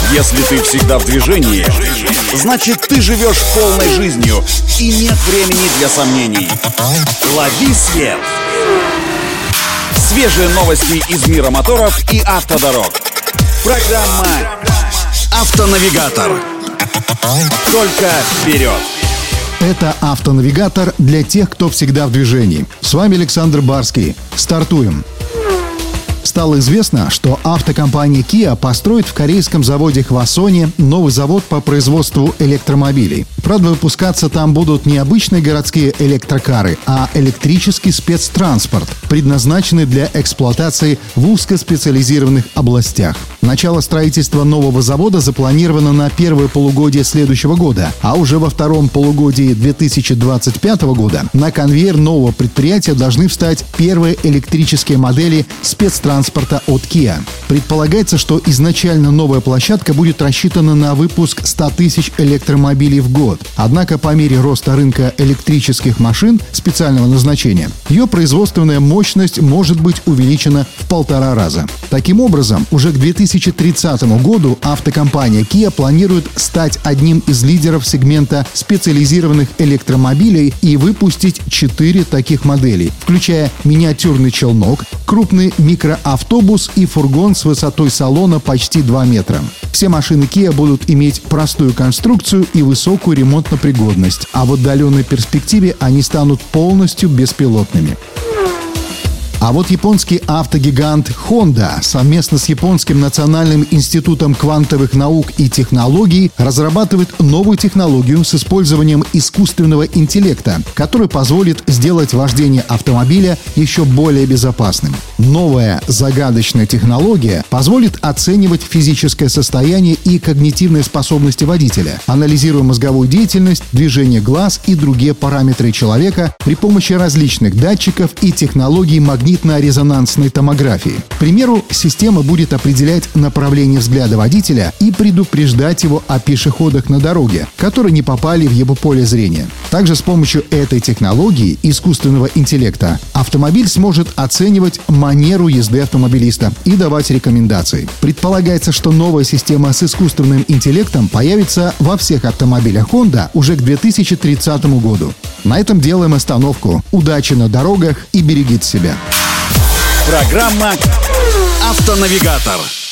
Если ты всегда в движении, значит ты живешь полной жизнью и нет времени для сомнений. Лови свет! Свежие новости из мира моторов и автодорог. Программа «Автонавигатор». Только вперед! Это «Автонавигатор» для тех, кто всегда в движении. С вами Александр Барский. Стартуем. Стало известно, что автокомпания Kia построит в корейском заводе Хвасоне новый завод по производству электромобилей. Правда, выпускаться там будут не обычные городские электрокары, а электрический спецтранспорт, предназначенный для эксплуатации в узкоспециализированных областях. Начало строительства нового завода запланировано на первое полугодие следующего года, а уже во втором полугодии 2025 года на конвейер нового предприятия должны встать первые электрические модели спецтранспорта от Kia. Предполагается, что изначально новая площадка будет рассчитана на выпуск 100 тысяч электромобилей в год. Однако по мере роста рынка электрических машин специального назначения, ее производственная мощность может быть увеличена в 1,5 раза. Таким образом, уже к 2030 году автокомпания Kia планирует стать одним из лидеров сегмента специализированных электромобилей и выпустить 4 таких моделей, включая миниатюрный челнок, крупный микроавтобус и фургон с высотой салона почти 2 метра. Все машины Kia будут иметь простую конструкцию и высокую ремонтопригодность, а в отдаленной перспективе они станут полностью беспилотными. А вот японский автогигант Honda совместно с Японским национальным институтом квантовых наук и технологий разрабатывает новую технологию с использованием искусственного интеллекта, который позволит сделать вождение автомобиля еще более безопасным. Новая загадочная технология позволит оценивать физическое состояние и когнитивные способности водителя, анализируя мозговую деятельность, движение глаз и другие параметры человека при помощи различных датчиков и технологий магнитно-резонансной томографии. К примеру, система будет определять направление взгляда водителя и предупреждать его о пешеходах на дороге, которые не попали в его поле зрения. Также с помощью этой технологии искусственного интеллекта автомобиль сможет оценивать манеру езды автомобилиста и давать рекомендации. Предполагается, что новая система с искусственным интеллектом появится во всех автомобилях Honda уже к 2030 году. На этом делаем остановку. Удачи на дорогах и берегите себя. Программа «Автонавигатор».